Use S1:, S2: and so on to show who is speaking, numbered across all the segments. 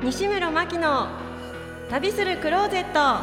S1: 西村真希の旅するクローゼット。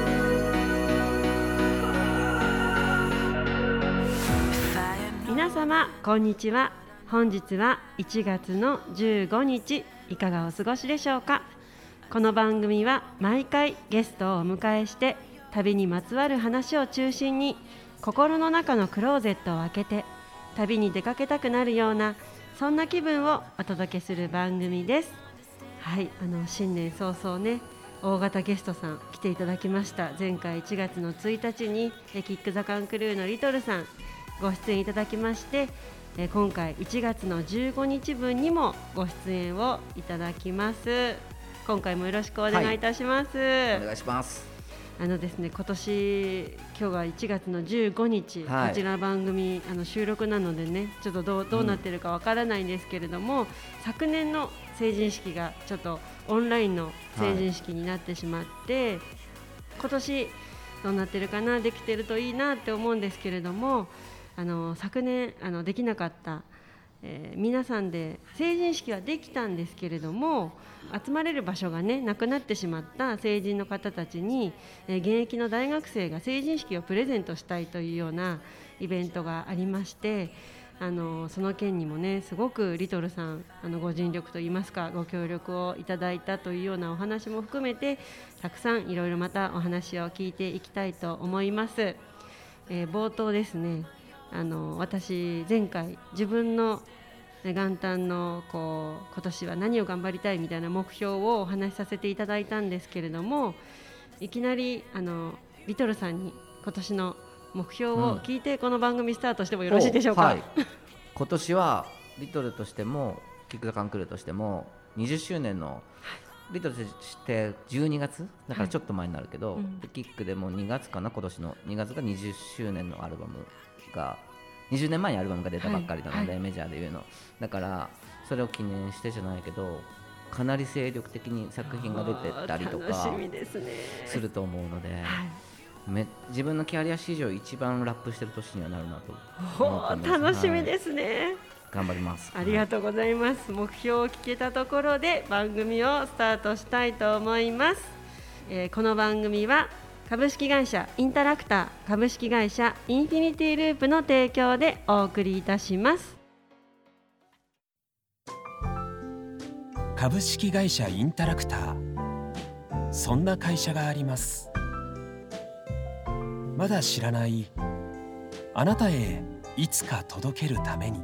S1: 皆様こんにちは。本日は1月の15日、いかがお過ごしでしょうか。この番組は毎回ゲストをお迎えして旅にまつわる話を中心に心の中のクローゼットを開けて旅に出かけたくなるようなそんな気分をお届けする番組です。はい、新年早々ね、大型ゲストさん来ていただきました。前回1月の1日にキックザカンクルーのリトルさんご出演いただきまして、今回1月の15日分にもご出演をいただきます。今回もよろしくお願いいたします。
S2: はい、お願いします。
S1: ですね、今日は1月の15日、こちら番組収録なのでね、ちょっとどうなってるかわからないんですけれども、昨年の成人式がちょっとオンラインの成人式になってしまって、今年どうなってるかな、できてるといいなって思うんですけれども、昨年できなかった、皆さんで成人式はできたんですけれども、集まれる場所がねなくなってしまった成人の方たちに、現役の大学生が成人式をプレゼントしたいというようなイベントがありまして、その件にもねすごくリトルさんご尽力といいますかご協力をいただいたというようなお話も含めて、たくさんいろいろまたお話を聞いていきたいと思います。冒頭ですね、私前回自分の元旦の今年は何を頑張りたいみたいな目標をお話しさせていただいたんですけれども、いきなりリトルさんに今年の目標を聞いてこの番組スタートしてもよろしいでしょうか。
S2: はい、今年はリトルとしてもキックザカンクルーとしても20周年の、リトルとして12月だからちょっと前になるけど、キックでも2月かな、今年の2月が20周年のアルバムが20年前にアルバムが出たばっかりなので、メジャーでいうのだからそれを記念してじゃないけど、かなり精力的に作品が出てたりとかすると思うので、自分のキャリア史上一番ラップしてる年にはなるなと思ってます。
S1: 楽しみですね。
S2: 頑張ります。
S1: ありがとうございます。目標を聞けたところで番組をスタートしたいと思います。この番組は株式会社インタラクター、株式会社インフィニティループの提供でお送りいたします。
S3: 株式会社インタラクター、そんな会社があります。まだ知らないあなたへいつか届けるために。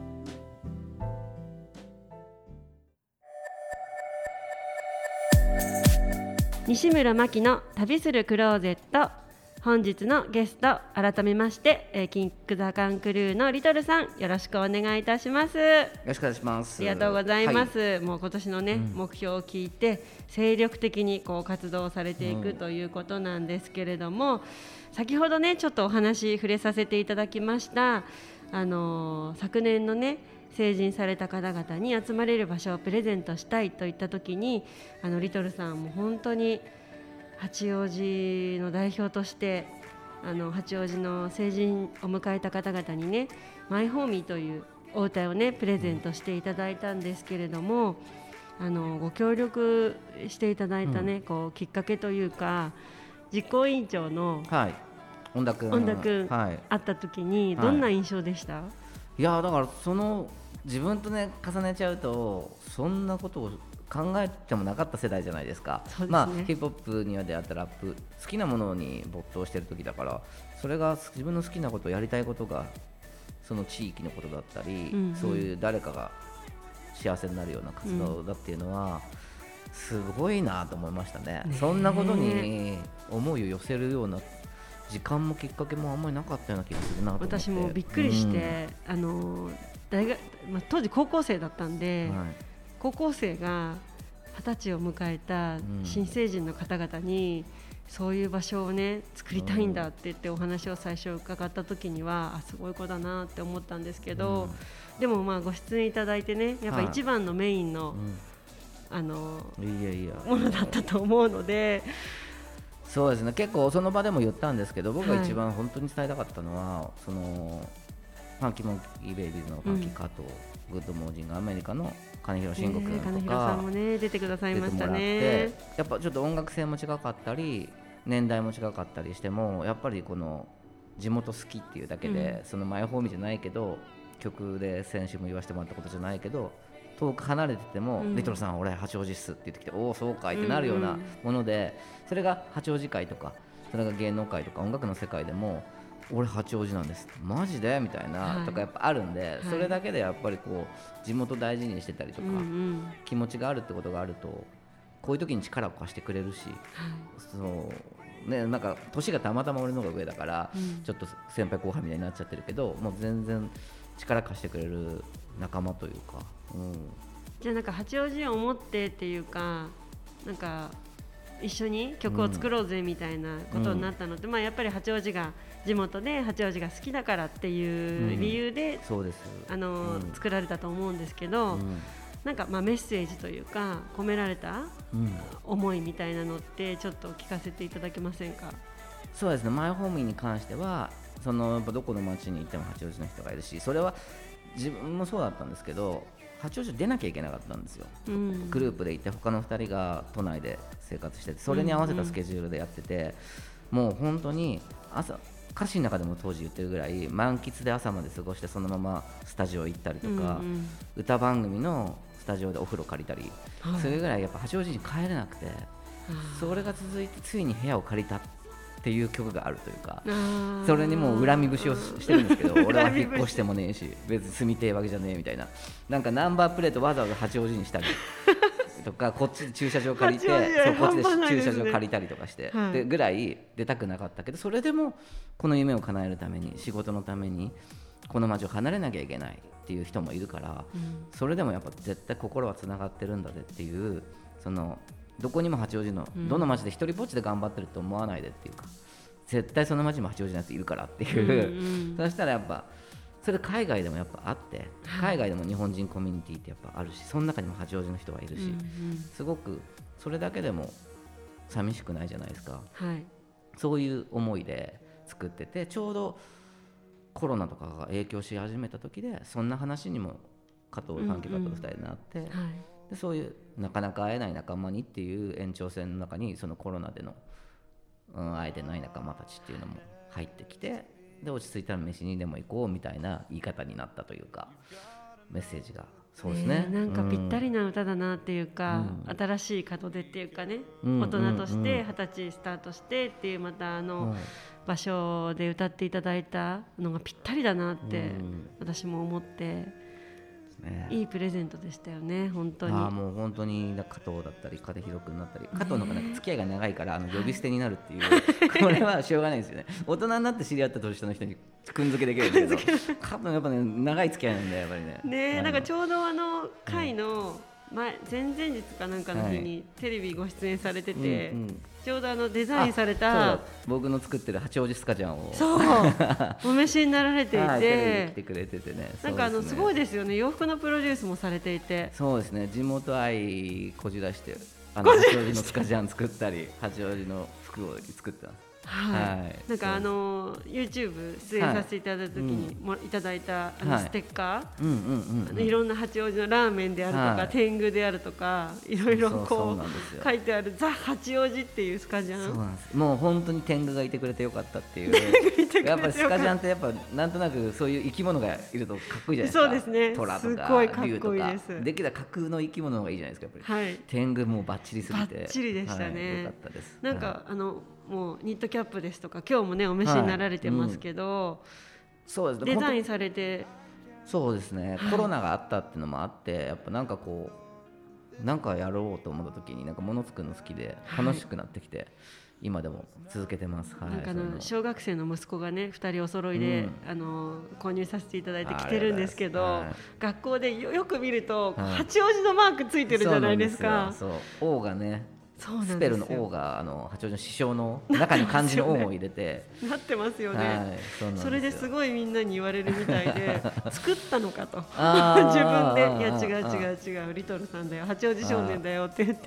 S1: 西村真希の旅するクローゼット。本日のゲスト、改めましてキックザカンクルーのリトルさん、よろしくお願いいたします。よ
S2: ろしくお願いします。
S1: ありがとうございます。もう今年のね、目標を聞いて精力的に活動されていくということなんですけれども、先ほどねちょっとお話触れさせていただきました、昨年のね成人された方々に集まれる場所をプレゼントしたいといった時に、リトルさんも本当に八王子の代表として八王子の成人を迎えた方々にね、マイホーミーというお歌をねプレゼントしていただいたんですけれども、ご協力していただいたね、きっかけというか、実行委員長の
S2: 恩田君、
S1: 会った時にどんな印象でした？
S2: いやだから自分とね重ねちゃうとそんなことを考えてもなかった世代じゃないですか。
S1: そうですね。
S2: まあ、ヒップホップには出会ったラップ、好きなものに没頭してる時だから、それが自分の好きなことをやりたいことがその地域のことだったり、そういう誰かが幸せになるような活動だっていうのは、すごいなと思いましたね。そんなことに思いを寄せるような時間もきっかけもあんまりなかったような気がするなと思って、
S1: 私もびっくりして、大学、当時高校生だったんで、高校生が20歳を迎えた新成人の方々に、そういう場所をね作りたいんだって言ってお話を最初伺った時には、すごい子だなって思ったんですけど、でもご出演いただいてね、やっぱ一番のメインの、ものだったと思うので、
S2: そうですね、結構その場でも言ったんですけど、僕が一番本当に伝えたかったのは、 ファンキーモンキーベイビーズのファンキー加藤、グッドモーニングアメリカの金広慎吾君とか、
S1: 金広さんもね出てくださいましたね。
S2: 出てもらって、やっぱちょっと音楽性も違かったり年代も違かったりしても、やっぱりこの地元好きっていうだけで、そのマイホームじゃないけど、曲で先週も言わせてもらったことじゃないけど、遠く離れてても、リトルさん俺八王子っすって言ってきて、おおそうかいってなるようなもので、それが八王子会とか、それが芸能界とか音楽の世界でも、俺八王子なんですマジでみたいな、とかやっぱあるんで、それだけでやっぱりこう地元大事にしてたりとか、気持ちがあるってことがあると、こういう時に力を貸してくれるし、そうね、なんか年がたまたま俺の方が上だから、ちょっと先輩後輩みたいになっちゃってるけど、もう全然力貸してくれる仲間というか、
S1: じゃあなんか八王子を思ってっていうか、なんか一緒に曲を作ろうぜみたいなことになったのって、まあやっぱり八王子が地元で八王子が好きだからっていう理由で、
S2: そうです、
S1: 作られたと思うんですけど、なんかまあメッセージというか込められた思いみたいなのってちょっと聞かせていただけませんか？
S2: そうですね、マイホームに関してはそのやっぱどこの町に行っても八王子の人がいるし、それは自分もそうだったんですけど、八王子出なきゃいけなかったんですよ、グループでいて他の2人が都内で生活してて、それに合わせたスケジュールでやってて、もう本当に朝歌詞の中でも当時言ってるぐらい満喫で朝まで過ごして、そのままスタジオ行ったりとか、歌番組のスタジオでお風呂借りたり、それぐらいやっぱ八王子に帰れなくて、それが続いてついに部屋を借りたっていう曲があるというか、それにもう恨み節をしてるんですけど俺は引っ越してもねえし別に住みてえわけじゃねえみたいな、なんかナンバープレートわざわざ八王子にしたりとかこっちで駐車場借りてこっちで駐車場借りたりとかして、でぐらい出たくなかったけど、それでもこの夢を叶えるために仕事のためにこの街を離れなきゃいけないっていう人もいるから、それでもやっぱ絶対心はつながってるんだぜっていう、そのどこにも八王子のどの町で一人ぼっちで頑張ってると思わないでっていうか、絶対その町も八王子のやついるからっていう、そしたらやっぱそれ海外でもやっぱあって、海外でも日本人コミュニティってやっぱあるし、その中にも八王子の人がいるし、すごくそれだけでも寂しくないじゃないですか、そういう思いで作ってて、ちょうどコロナとかが影響し始めた時で、そんな話にもファンキー加藤2人になって、でそういうなかなか会えない仲間にっていう延長線の中に、そのコロナでの、会えてない仲間たちっていうのも入ってきて、で落ち着いたら飯にでも行こうみたいな言い方になったというか、メッセージがそうですね、
S1: なんかぴったりな歌だなっていうか、新しい門出っていうかね、大人として20歳スタートしてっていう、また場所で歌っていただいたのがぴったりだなって私も思って、いいプレゼントでしたよね本当に。
S2: もう本当に加藤だったり金広君だったり、加藤の方が付き合いが長いから呼び捨てになるっていうこれはしょうがないですよね。大人になって知り合った年下の人にくんづけできるんだけど、加藤やっぱね長い付き合いなんだよやっぱりね。
S1: なんかちょうど回の前々日かなんかの日にテレビご出演されてて、ちょうどデザインされた
S2: 僕の作ってる八王子スカジャンを
S1: お召しになられていて、
S2: テレビ来てくれててね、
S1: なんかすごいですよね。洋服のプロデュースもされていて、
S2: そうですね、地元愛こじらして八王子のスカジャン作ったり八王子の服を作ってます。
S1: なんかYouTube 出演させていただいた時にいただいたステッカー、いろんな八王子のラーメンであるとか天狗であるとかいろいろこう書いてあるザ・八王子っていうスカジャン。
S2: そうなんです。もう本当に天狗がいてくれてよかったっていうやっぱりスカジャンってやっぱなんとなくそういう生き物がいるとかっこいいじゃないですか。
S1: そうですね、
S2: 虎とか竜とかできたら架空の生き物の方がいいじゃないですかやっぱり、天狗もうバッチリすぎて
S1: バッチリでしたね、
S2: よかったです。
S1: なんかもうニットキャップですとか今日もねお召しになられてますけど、
S2: そうですね、
S1: デザインされて、
S2: そうですね、コロナがあったっていうのもあって、やっぱなんかこうなんかやろうと思った時になんか物作るの好きで楽しくなってきて、今でも続けてます。
S1: なんか小学生の息子がね2人お揃いで、購入させていただいて着てるんですけど、学校で よく見ると、八王子のマークついてるじゃないですか。
S2: そう王がね、スペルの王が八王子の師匠の中に漢字の王を入れて
S1: なってますよね。それですごいみんなに言われるみたいで作ったのかと自分で、いや違うリトルさんだよ、八王子少年だよって言って、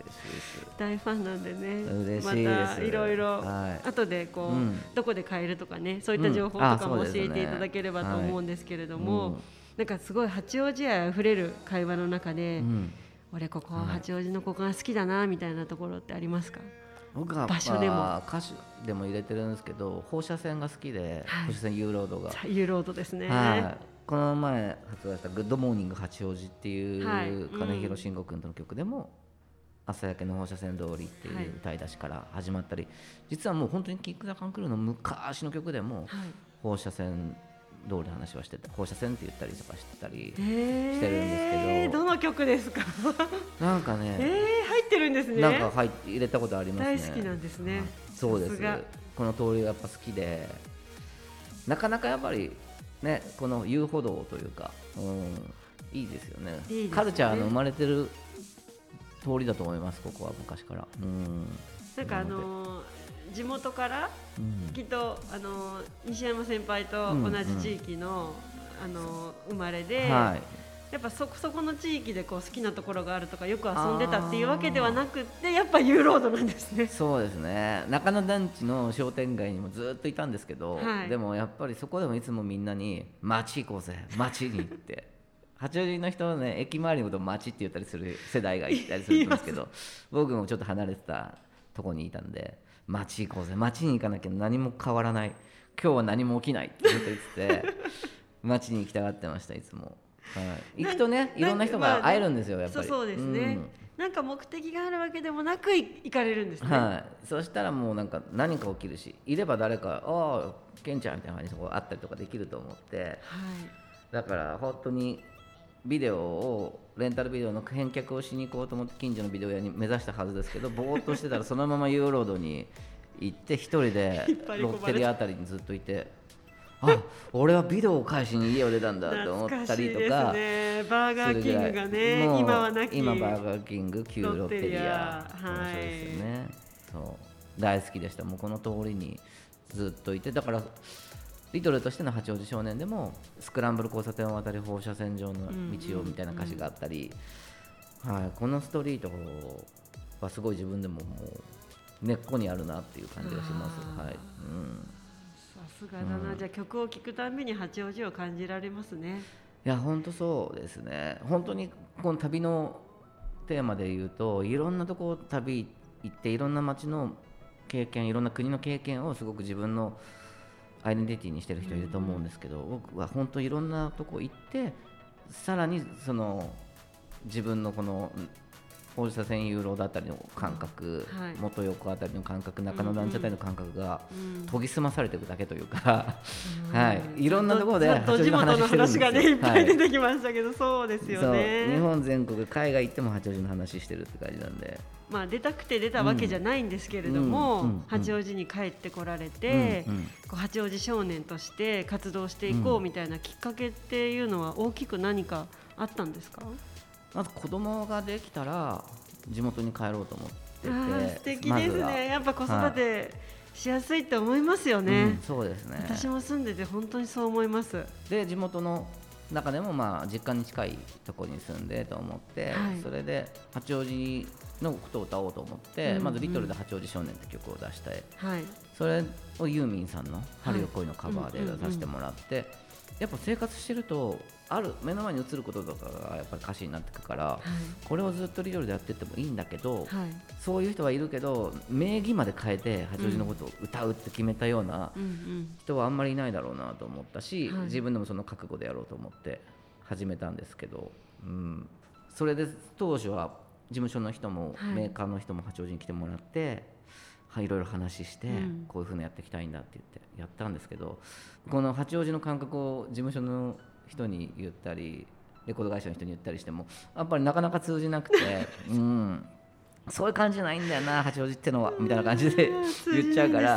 S1: 大ファンなんでね。
S2: 嬉しいです。
S1: またいろいろ後でこう、どこで買えるとかね、そういった情報とかも教えていただければと思うんですけれども、なんかすごい八王子愛あふれる会話の中で、俺ここ八王子のここが好きだなみたいなところってありますか？
S2: 僕は場所でも歌詞でも入れてるんですけど、放射線が好きで、放射線 U ロードが
S1: U ロードですね。
S2: この前発売したグッドモーニング八王子っていう金広慎吾君との曲でも、朝焼けの放射線通りっていう歌い出しから始まったり、実はもう本当にキック・ザ・カンクルーの昔の曲でも放射線通りの話はしてた、放射線って言ったりとかしてたりしてるんですけど、
S1: どの曲ですか？
S2: なんかね、
S1: 入ってるんですね。
S2: なんか入れたことありますね。
S1: 大好きなんですね。
S2: そうです。この通りがやっぱ好きで、なかなかやっぱりね、この遊歩道というか、いいですよね。カルチャーの生まれてる通りだと思います、ここは昔から。
S1: なんか地元から、きっと西山先輩と同じ地域の、生まれで、やっぱそこの地域でこう好きなところがあるとかよく遊んでたっていうわけではなくて、やっぱ U ロードなんですね。
S2: そうですね。中野団地の商店街にもずっといたんですけど、でもやっぱりそこでもいつもみんなに街行こうぜ、街に行って八王子の人はね、駅周りのことを街って言ったりする世代がいたりするんですけど僕もちょっと離れてたとこにいたんで、街行こうぜ、街に行かなきゃ何も変わらない、今日は何も起きないってずっと言ってて街に行きたがってました、いつも。行くとね、いろんな人が会えるんですよ、やっぱり。
S1: そうですね。なんか目的があるわけでもなく行かれるんですね。
S2: そしたらもうなんか何か起きるし、いれば誰かケンちゃんみたいな感じで会ったりとかできると思って、だから本当にビデオをレンタルビデオの返却をしに行こうと思って近所のビデオ屋に目指したはずですけど、ぼーっとしてたらそのまま U ロードに行って一人でロッテリアあたりにずっといて俺はビデオを返しに家を出たんだと思ったりとか、
S1: バーガーキングがね、今はなき、
S2: 今バーガーキング、旧ロッテリア、面白いですよね。そう大好きでした。もうこの通りにずっといて、だからリトルとしての八王子少年でもスクランブル交差点を渡り放射線上の道をみたいな歌詞があったり、このストリートはすごい自分でももう根っこにあるなっていう感じがします。
S1: さすがだな。じゃあ曲を聴くたびに八王子を感じられますね。
S2: いや本当そうですね。本当にこの旅のテーマで言うと、いろんなとこ旅行っていろんな街の経験、いろんな国の経験をすごく自分のアイデンティティにしてる人いると思うんですけど、僕は本当いろんなとこ行って、さらにその自分のこの放射線ユーロだったりの感覚、元横あたりの感覚、中野団地あたりの感覚が研ぎ澄まされていくだけというか、いろんなところで八王子の話してるんですよ。
S1: 地元の話がね、いっぱい出てきましたけど、そうですよね。
S2: 日本全国海外行っても八王子の話してるって感じなんで、
S1: 出たくて出たわけじゃないんですけれども、八王子に帰ってこられて、八王子少年として活動していこうみたいなきっかけっていうのは大きく何かあったんですか？
S2: まず子供ができたら地元に帰ろうと思ってて。
S1: 素敵ですね。やっぱ子育てしやすいって思いますよね。
S2: そうですね。
S1: 私も住んでて本当にそう思います。
S2: で地元の中でも実家に近いところに住んでと思って、それで八王子のことを歌おうと思って、まずリトルで八王子少年って曲を出して、それをユーミンさんの春よ恋のカバーで出させてもらって、やっぱ生活してるとある目の前に映ることとかがやっぱり歌詞になってくるから、これをずっとリトルでやってってもいいんだけど、そういう人はいるけど名義まで変えて八王子のことを歌うって決めたような人はあんまりいないだろうなと思ったし、自分でもその覚悟でやろうと思って始めたんですけど、それで当初は事務所の人もメーカーの人も八王子に来てもらって、いろいろ話して、こういう風にやっていきたいんだって言ってやったんですけど、この八王子の感覚を事務所の人に言ったりレコード会社の人に言ったりしてもやっぱりなかなか通じなくてそういう感じじゃないんだよな八王子ってのはみたいな感じで言っちゃうから、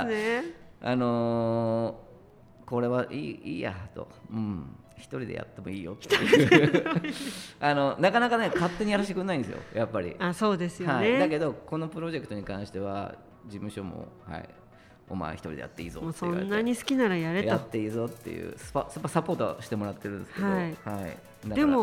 S2: これはいいやと、一人でやってもいいよっていうなかなかね勝手にやらせてくれないんですよやっぱり。
S1: そうですよね。
S2: だけどこのプロジェクトに関しては事務所もお前一人でやっていいぞって言われて、
S1: そんなに好きならやれと
S2: やっていいぞっていうサポートしてもらってるんですけど、
S1: でも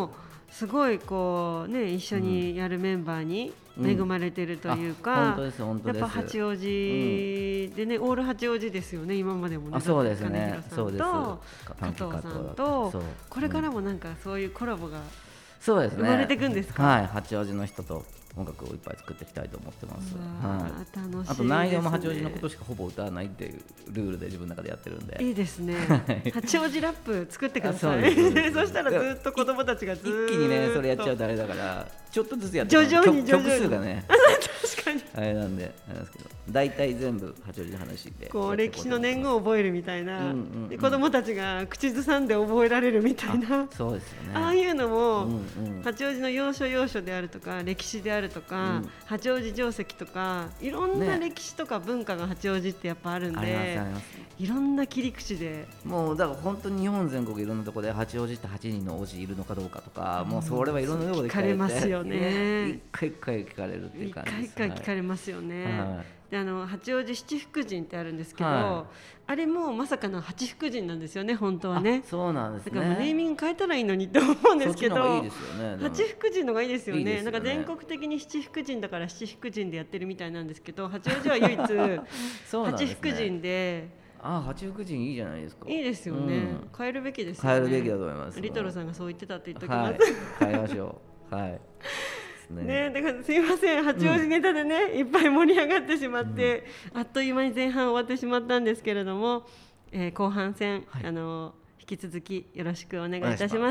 S1: すごいこうね一緒にやるメンバーに恵まれてるというか、
S2: 本当です本当です。
S1: やっぱ八王子でね、オール八王子ですよね今までもね。
S2: そうですね。
S1: そうです。加藤さんとこれからもなんかそういうコラボが
S2: そうですね、
S1: 生まれていくんですか。
S2: はい、八王子の人と音楽をいっぱい作っていきたいと思ってます。
S1: 楽しいですね。
S2: あと内容も八王子のことしかほぼ歌わないっていうルールで自分の中でやってるんで。
S1: いいですね。八王子ラップ作ってください。そしたらずっと子供たちがずっと
S2: 一気にねそれやっちゃうとあれだからちょっとずつやって
S1: 徐々に
S2: 曲数がね
S1: 確かに
S2: あれなんであれですけど、大体全部八王子の話で
S1: こう歴史の年号を覚えるみたいな、で子供たちが口ずさんで覚えられるみたいな、
S2: そうですよね。
S1: ああいうのも、八王子の要所要所であるとか歴史であるとか、八王子城跡とかいろんな歴史とか文化が八王子ってやっぱあるんで、いろんな切り口で
S2: もうだから本当に日本全国いろんなところで八王子って8人の王子いるのかどうかとか、もうそれはいろんなところで
S1: 聞かれますよね。
S2: 一回一回聞かれるっていう感じです。
S1: 一回一回聞かれますよね。で八王子七福神ってあるんですけど、あれもまさかの八福神なんですよね本当はね。
S2: そうなんですね。
S1: だからもうネーミング変えたらいいのにと思うんですけど、八福神のがいいですよね。なんか全国的に七福神だから七福神でやってるみたいなんですけど、八王子は唯一八福神で。
S2: 八福神いいじゃないですか。
S1: いいですよね。変えるべきですよね。
S2: 変えるべきだと思います。
S1: リトルさんがそう言ってたって言っときます。
S2: 変えましょう。はい。
S1: ね、だからすいません、八王子ネタでね、いっぱい盛り上がってしまって、あっという間に前半終わってしまったんですけれども、後半戦、引き続きよろしくお願いいたします。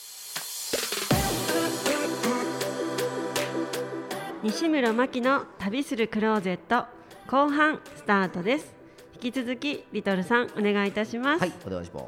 S1: 西村真希の旅するクローゼット後半スタートです。引き続きリトルさんお願いいたします。
S2: はい、お願いします。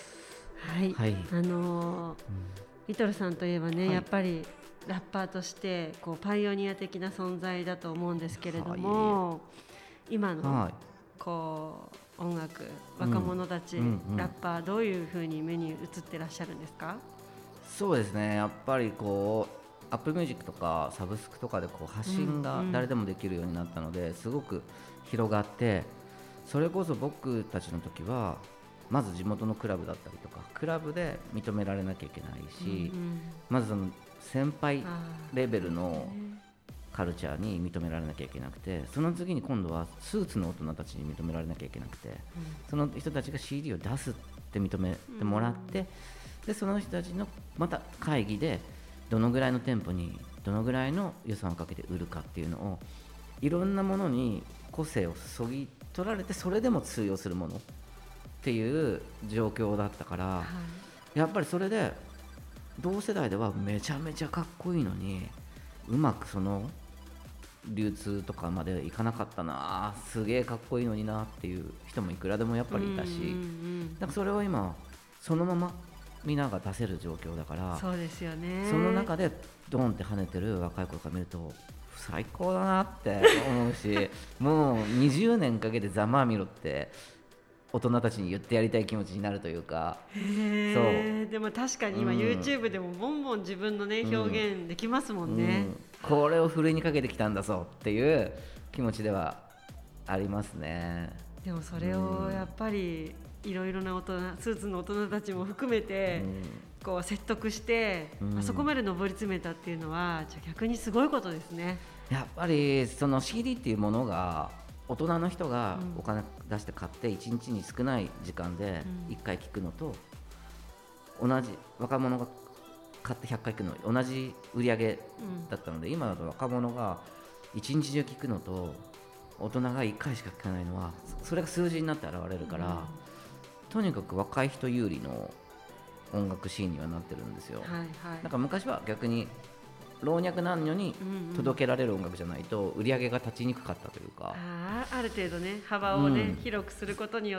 S1: はい、リトルさんといえばね、やっぱりラッパーとしてこうパイオニア的な存在だと思うんですけれども、今のこう音楽、若者たち、ラッパーどういう風に目に映ってらっしゃるんですか？
S2: そうですね、やっぱりこうApple Music とかサブスクとかでこう発信が誰でもできるようになったので、すごく広がって、それこそ僕たちの時はまず地元のクラブだったりとかクラブで認められなきゃいけないし、まずその先輩レベルのカルチャーに認められなきゃいけなくて、その次に今度はスーツの大人たちに認められなきゃいけなくて、その人たちが CD を出すって認めてもらって、でその人たちのまた会議でどのぐらいの店舗にどのぐらいの予算をかけて売るかっていうのを、いろんなものに個性をそぎ取られて、それでも通用するものっていう状況だったから、やっぱりそれで同世代ではめちゃめちゃかっこいいのに、うまくその流通とかまでいかなかったな、すげえかっこいいのになっていう人もいくらでもやっぱりいたし、だからそれを今そのままみんなが出せる状況だから、
S1: そうですよね。
S2: その中でドンって跳ねてる若い子が見ると最高だなって思うしもう20年かけてざまあみろって大人たちに言ってやりたい気持ちになるというか。
S1: そうでも確かに今 YouTube でもボンボン自分のね表現できますもんね、
S2: これをふるいにかけてきたんだぞっていう気持ちではありますね。
S1: でもそれをやっぱりいろいろな大人、スーツの大人たちも含めてこう説得して、あそこまで上り詰めたっていうのはじゃあ逆にすごいことですね。
S2: やっぱりその CD っていうものが大人の人がお金出して買って1日に少ない時間で1回聴くのと、同じ若者が買って100回聴くの同じ売り上げだったので、今だと若者が1日中聴くのと大人が1回しか聴かないのは、それが数字になって現れるから、とにかく若い人有利の音楽シーンにはなってるんですよ。なんか昔は逆に老若男女に届けられる音楽じゃないと売り上げが立ちにくかったというか、
S1: ある程度ね幅をね、広くすることによって。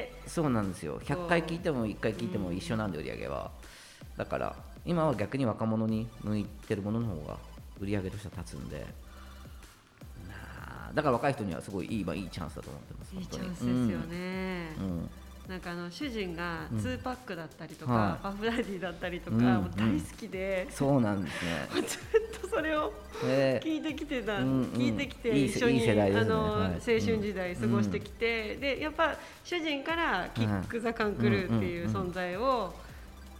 S2: そうなんですよ。100回聴いても1回聴いても一緒なんで売り上げは。だから今は逆に若者に向いてるものの方が売り上げとしては立つんで、だから若い人にはすごいいいチャンスだと思ってます。
S1: いいチャンスですよね。なんか主人が2パックだったりとか、パフダディだったりとか、もう大好きで、
S2: そうなんですね。
S1: ずっとそれを聞いてきてた、聞いてきて一緒に青春時代過ごしてきて、でやっぱ主人からキック・ザ・カン・クルーっていう存在を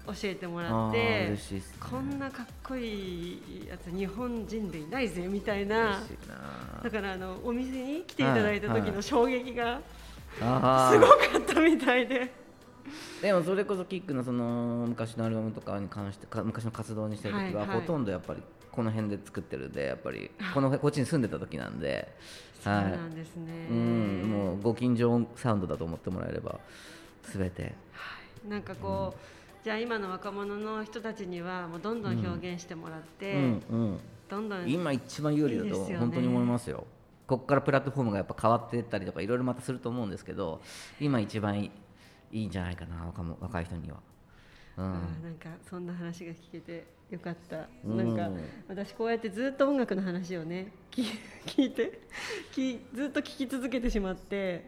S1: 教えてもらって、
S2: 嬉しいですね、
S1: こんなかっこいいやつ日本人でいないぜみたいな。だからお店に来ていただいた時の衝撃がすごかったみたいで。
S2: でもそれこそキックのその昔のアルバムとかに関して昔の活動にしてる時はほとんどやっぱりこの辺で作ってるんで、やっぱりこっちに住んでた時なんで、
S1: そうなんですね、
S2: もうご近所サウンドだと思ってもらえれば全て、
S1: なんかこう、じゃあ今の若者の人たちにはもうどんどん表現してもらって、どんどん
S2: 今一番有利だと本当に思いますよ。ここからプラットフォームがやっぱ変わっていったりとかいろいろまたすると思うんですけど、今一番いいんじゃないかな、若い人には。なん
S1: かそんな話が聞けてよかった。なんか私こうやってずっと音楽の話をね聞いてずっと聞き続けてしまって、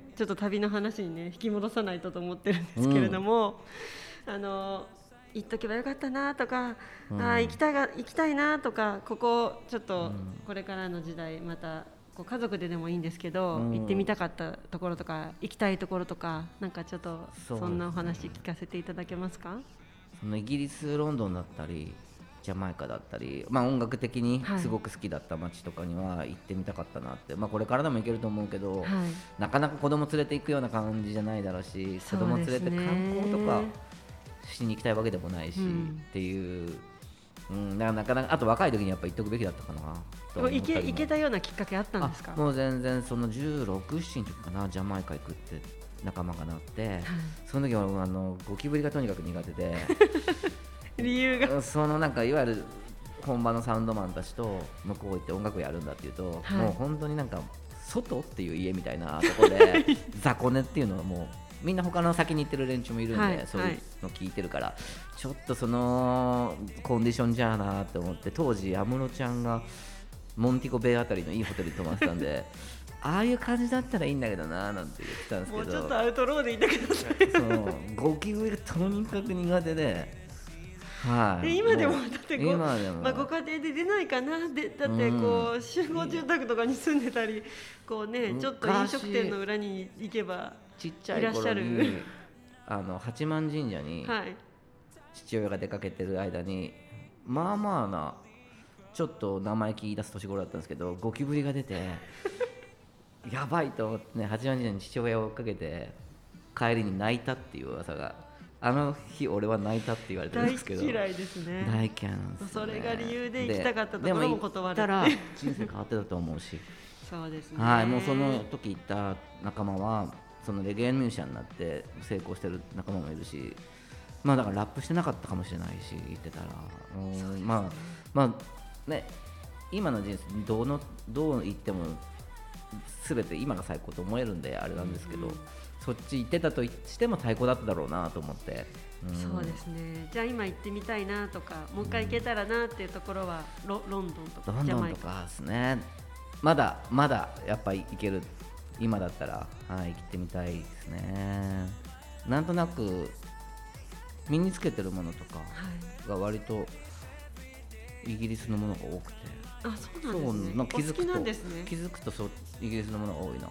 S1: ちょっと旅の話にね引き戻さないと思ってるんですけれども、行っとけばよかったなとか、行きたいなとか、ここちょっとこれからの時代また家族ででもいいんですけど、行ってみたかったところとか行きたいところとか、なんかちょっとそんなお話聞かせていただけますか？
S2: そのイギリスロンドンだったりジャマイカだったり、音楽的にすごく好きだった街とかには行ってみたかったなって、これからでも行けると思うけど、なかなか子供連れて行くような感じじゃないだろうし、子供連れて観光とかしに行きたいわけでもないし、っていう、なかなかあと若い時にやっぱ行っとくべきだったかなと思ったりも。
S1: 行けたようなきっかけあったんですか？
S2: もう全然その16、17の時かな、ジャマイカ行くって仲間がなって、その時はゴキブリがとにかく苦手で
S1: 理由が
S2: なんかいわゆる本場のサウンドマンたちと向こう行って音楽やるんだっていうと、もう本当になんか外っていう家みたいなところで雑魚寝っていうのはもうみんな他の先に行ってる連中もいるんで、そういうの聞いてるから、ちょっとそのコンディションじゃあなって思って、当時安室ちゃんがモンティコベイあたりのいいホテルに泊まってたんでああいう感じだったらいいんだけどななんて言ってたんですけど、
S1: もうちょっとアウトローでいいんだけど
S2: そうゴキブリがとにかく苦手で、
S1: 今でもだってご家庭で出ないかな、だって集合住宅とかに住んでたりちょっと飲食店の裏に行けば
S2: ちっちゃい頃に八幡神社に父親が出かけてる間に、まあまあなちょっと生意気言い出す年頃だったんですけど、ゴキブリが出てやばいと思ってね、八幡神社に父親を追っかけて帰りに泣いたっていう噂が、あの日俺は泣いたって言われてるんですけど、
S1: 大嫌いですね。
S2: 大嫌いなんですね。
S1: それが理由で行きたかったところも断るって。
S2: でも行ったら人生変わってたと思うし
S1: そうですね。
S2: もうその時行った仲間はそのレゲエミュージシャンになって成功してる仲間もいるし、だからラップしてなかったかもしれないし、言ってたらね、今の人生どう言っても全て今が最高と思えるんであれなんですけど、そっち行ってたとしても最高だっただろうなと思って、
S1: そうですね。じゃあ今行ってみたいなとか、もう一回行けたらなっていうところはロンドンとかジャマイカとか
S2: ですね。まだやっぱり行ける、今だったら行ってみたいですね。なんとなく身につけてるものとかが割とイギリスのものが多くて、
S1: そうなんですね。
S2: 気づくとそうイギリスのものが多いなと思って、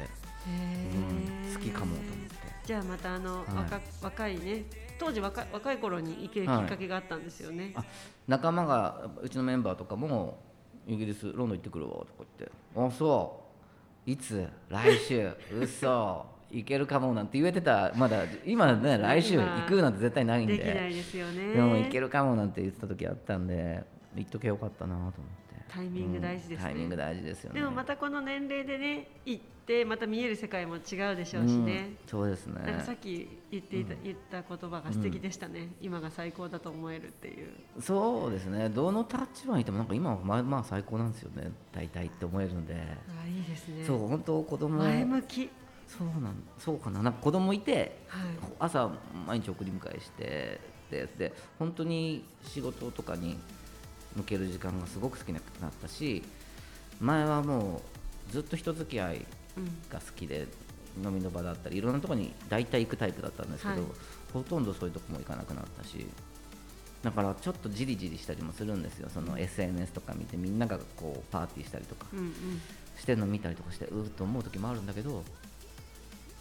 S2: 好きかもと思って。
S1: じゃあまた若いね、当時若い頃に行けるきっかけがあったんですよね。
S2: 仲間がうちのメンバーとかもイギリスロンドン行ってくるわとか言って、そういつ来週嘘行けるかもなんて言えてた。まだ今ね、来週行くなんて絶対ないんで
S1: できないですよね。
S2: でも行けるかもなんて言ってた時あったんで、行っとけよかったなと思って。
S1: タイミング大事ですね。
S2: タイミング大事ですよね。
S1: でもまたこの年齢でね行ってまた見える世界も違うでしょうしね。
S2: そうですね。
S1: なんかさっき言った言葉が素敵でしたね。今が最高だと思えるっていう。
S2: そうですね。どの立場にいてもなんか今はまあ最高なんですよね。大体って思えるので。
S1: いいですね。
S2: そう本当子供
S1: 前向き。
S2: そうかな。なんか子供いて、朝毎日送り迎えしてで本当に仕事とかに向ける時間がすごく好きになったし、前はもうずっと人付き合いが好きで、飲みの場だったりいろんなところに大体行くタイプだったんですけど、ほとんどそういうとこも行かなくなったし、だからちょっとじりじりしたりもするんですよ。その SNS とか見てみんながこうパーティーしたりとかしてるの見たりとかしてと思う時もあるんだけど、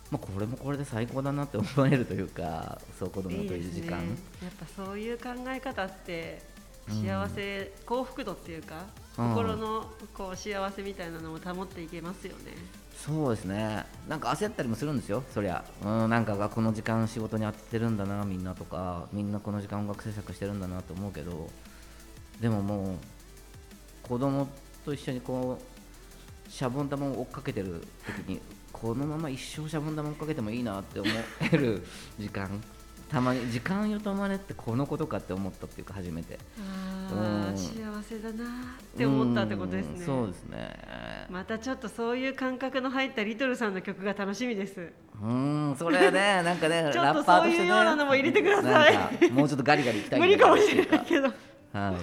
S2: これもこれで最高だなって思えるというか、そう子供といる時間、
S1: いいですね、やっぱそういう考え方って幸せ、幸福度っていうか、心のこう幸せみたいなのも保っていけますよね。
S2: そうですね。なんか焦ったりもするんですよ、そりゃ。なんかこの時間仕事に当ててるんだなみんなとか、みんなこの時間音楽制作してるんだなと思うけど、でももう子供と一緒にこうシャボン玉を追っかけてる時に、このまま一生シャボン玉追っかけてもいいなって思える時間、たまに時間よ止まれってこのことかって思ったっていうか、初めて
S1: 幸せだなって思ったってことですね。
S2: そうですね。
S1: またちょっとそういう感覚の入ったリトルさんの曲が楽しみです。
S2: それね、なんかね
S1: ちょっとそういうようなのも入れてください。
S2: なんかもうちょっとガリガリいきたい
S1: 無理かもしれないけど、
S2: はい、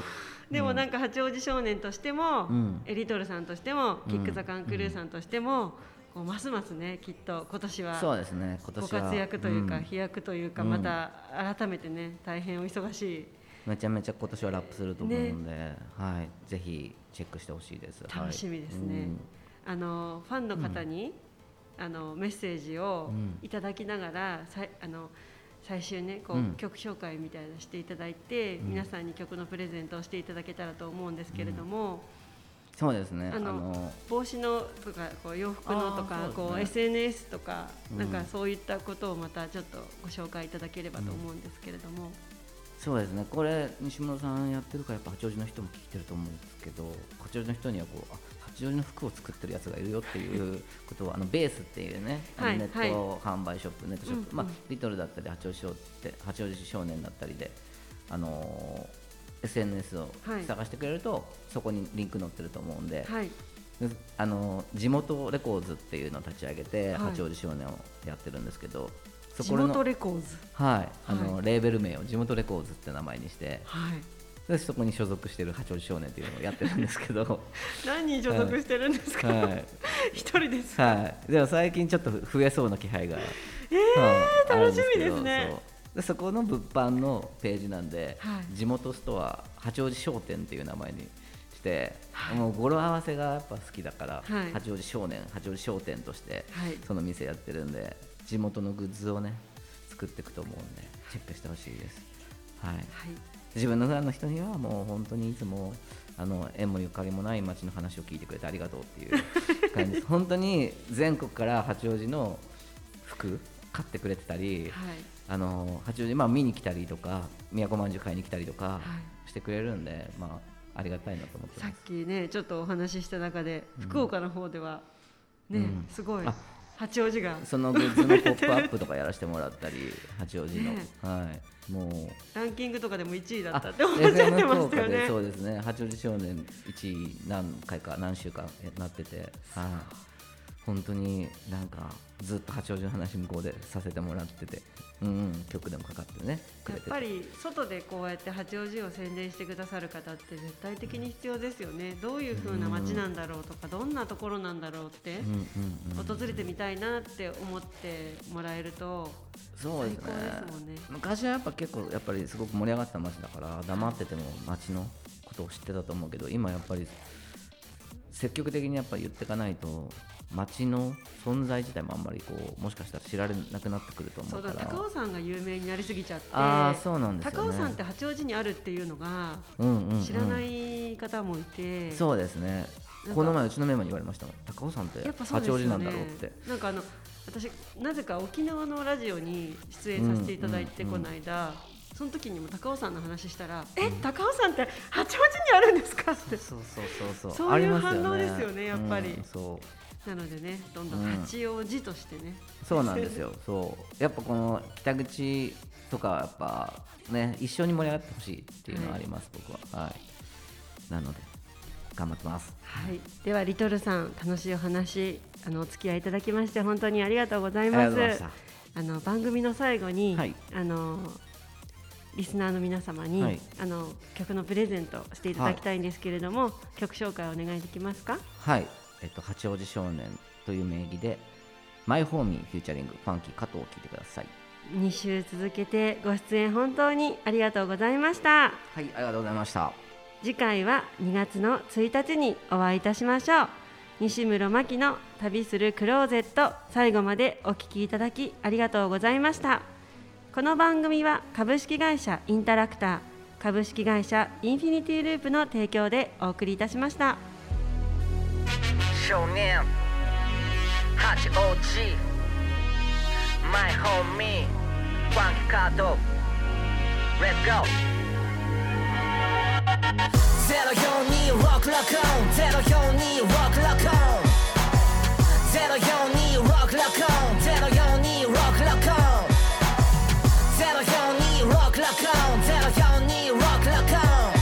S1: でもなんか八王子少年としても、リトルさんとしても、キック・ザ・カン・クルーさんとしても、こうますますね、きっと今年は
S2: そうですね、今年は
S1: ご活躍というか、飛躍というか、また改めてね、大変お忙しい、
S2: めちゃめちゃ今年はラップすると思うので、はい、ぜひチェックしてほしいです。
S1: 楽しみですね。ファンの方に、メッセージをいただきながら、最終ね、こう曲紹介みたいなしていただいて、皆さんに曲のプレゼントをしていただけたらと思うんですけれども、
S2: そうですね、
S1: 帽子のとかこう洋服のとか、こう SNS とか、なんかそういったことをまたちょっとご紹介いただければと思うんですけれども。
S2: そうですね、これ西村さんやってるからやっぱ八王子の人も聞いてると思うんですけど、八王子の人にはこう八王子の服を作ってるやつがいるよっていうことをベースっていうね、ネット販売ショップ、ネットショップ、リトルだったり八王子少年だったりで、SNS を探してくれると、そこにリンク載ってると思うんで、地元レコーズっていうのを立ち上げて、八王子少年をやってるんですけど、
S1: 地元レコーズ、
S2: レーベル名を地元レコーズって名前にして、でそこに所属している八王子少年っていうのをやってるんですけど
S1: 何人所属してるんですか？一人です
S2: か？でも最近ちょっと増えそうな気配が、
S1: 楽しみですね。
S2: でそこの物販のページなんで、地元ストア八王子商店っていう名前にして、もう語呂合わせがやっぱ好きだから、八王子少年、八王子商店としてその店やってるんで、地元のグッズをね作っていくと思うんで、チェックしてほしいです。自分のファンの人にはもう本当にいつも縁もゆかりもない街の話を聞いてくれてありがとうっていう感じです。本当に全国から八王子の服買ってくれてたり、八王子見に来たりとか、都まんじゅう買いに来たりとかしてくれるんで、ありがたいなと思ってます。
S1: さっきねちょっとお話しした中で、福岡の方ではね、すごい八王子が
S2: そのグッズのポップアップとかやらせてもらったり、八王子の、もう
S1: ランキングとかでも1位だったっておっしゃってましたよね。
S2: そうですね、八王子少年1位何週間なってて、本当になんかずっと八王子の話向こうでさせてもらってて、曲でもかかってね、
S1: やっぱり外でこうやって八王子を宣伝してくださる方って絶対的に必要ですよね。どういう風な街なんだろうとか、どんなところなんだろうって訪れてみたいなって思ってもらえると最高ですもんね。
S2: 昔はやっぱ結構やっぱりすごく盛り上がった街だから、黙ってても街のことを知ってたと思うけど、今やっぱり積極的にやっぱ言っていかないと、街の存在自体もあんまりもしかしたら知られなくなってくると思うから。
S1: 高尾山が有名になりすぎちゃって、
S2: そうなんですよね、
S1: 高尾山って八王子にあるっていうのが知らない方もいて、
S2: そうですね、この前うちのメンバーに言われましたもん、高尾山って八王子なんだろうって。
S1: なんか私なぜか沖縄のラジオに出演させていただいて、この間その時にも高尾山の話したら、高尾山って八王子にあるんですかって、そういう反応ですよね、やっぱり。なのでね、どんどん八王子としてね、
S2: そうなんですよ。やっぱこの北口とかやっぱね、一緒に盛り上がってほしいっていうのはあります、僕は。なので頑張ってます。
S1: ではリトルさん、楽しいお話お付き合いいただきまして本当にありがとうございます。番組の最後に、リスナーの皆様に、曲のプレゼントしていただきたいんですけれども、曲紹介お願いできますか？
S2: 八王子少年という名義でマイホーミーフューチャリングファンキー加藤を聴いてください。
S1: 2週続けてご出演本当にありがとうございました。
S2: ありがとうございました。
S1: 次回は2月の1日にお会いいたしましょう。 西室真希の旅するクローゼット、最後までお聞きいただきありがとうございました。この番組は株式会社インタラクター、株式会社インフィニティループの提供でお送りいたしました。
S4: 少年八王子マイホーミーファンキーカード Let's go 042ロックロックオン042ロックロックオン042ロックロックオン042ロックロックオン042ロックロックオン042ロックロックオン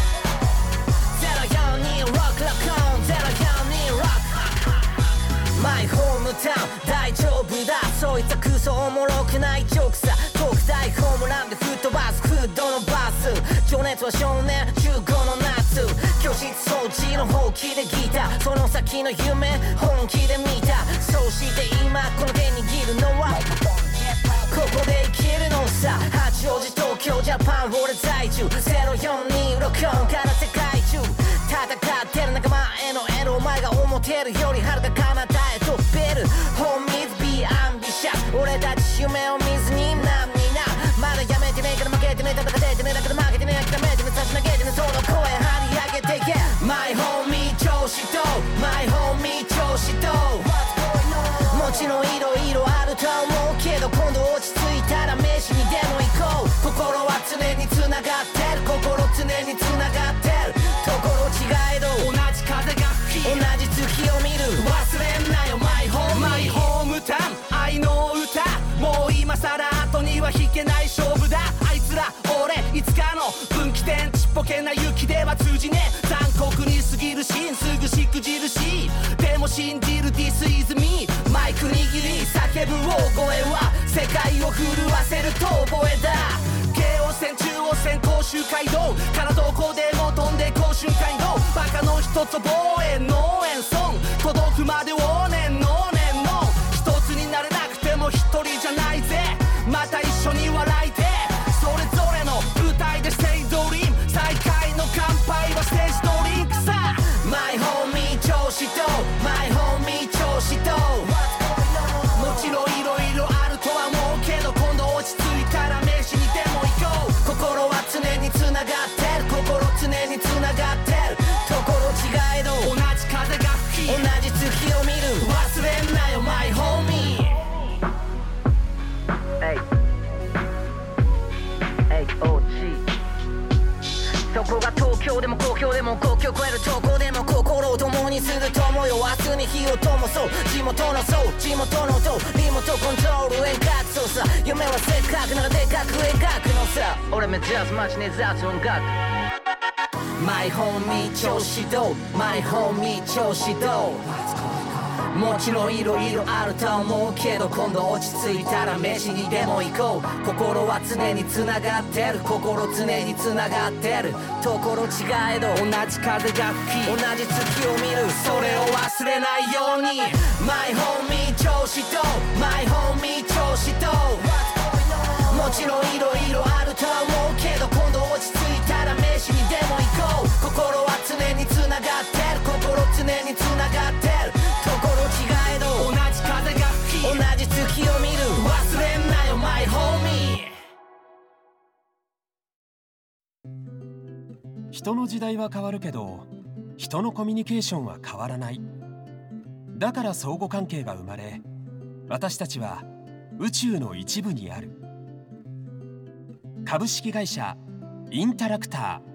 S4: 042ロックロックオン042ロックマイホームタウン大丈夫だそいつはクソおもろくないジョークさ特大ホームランで吹っ飛ばすフードのバス情熱は少年15の夏教室掃除のほうきでギターその先の夢本気で見たそうして今この手握るのはここで生きるのさ八王子東京ジャパン俺在住0426から世界中戦ってる仲間へのエロお前が思ってるより遥か彼方へ飛べる Homies be ambitious 俺たち夢を見ずに何になまだやめてねえから負けてね戦っててねだから負けてね諦めてね差し投げてねその声張り上げてけ My homie 調子と My homie 調子ともちろんいろいろあると思うけど今度落ち着いたら飯にでも行こう心は常に繋がってる心常に繋がってるところ違えど同じ風が吹き同じ月を見る忘れんなよマイホームマイホームタウン愛の歌もう今さら後には引けない勝負だあいつら俺いつかの分岐点ちっぽけな雪では通じねえ残酷に過ぎるシーンすぐしくじるしでも信じる This is me マイク握り叫ぶ大声は世界を震わせる遠吠えだ京王線中央線甲州街道からどこでも飛んで甲州街道バカの一つ防衛農園村届くまで往年の年の一つになれなくても一人じゃないぜまた一緒に笑いてそれぞれの舞台でステイドリーム再会の乾杯はステージドリンクさマイホーミー調子とマイホーミー調子ともちろんいろいろあるとは思うけど今度落ち着いたら飯にでも行こう心は常に繋がってる心常に繋がってるところ違えど同じ風が吹き同じ月を見る忘れんなよマイホーミーそこが東京でも故郷でも国境越えるとこでも心を共にする友よ明日に火を灯そう地元のそう地元の音リモートコントロール遠隔操作夢はせっかくならでかく描くのさ俺目指す街に雑音楽マイホーミー調子どうマイホーミー調子どうもちろんいろいろあると思うけど今度落ち着いたら飯にでも行こう心は常に繋がってる心常に繋がってるところ違えど同じ風が吹き同じ月を見るそれを忘れないようにマイホーミー調子とマイホーミー調子ともちろんいろいろあると思うけど今度落ち着いたら飯にでも行こう心は常に繋がってる心常に繋がってるところ違えど同じ風が吹き同じ月を見る忘れんなよマイホーミ
S3: ー人の時代は変わるけど人のコミュニケーションは変わらない。だから相互関係が生まれ私たちは宇宙の一部にある。株式会社インタラクター。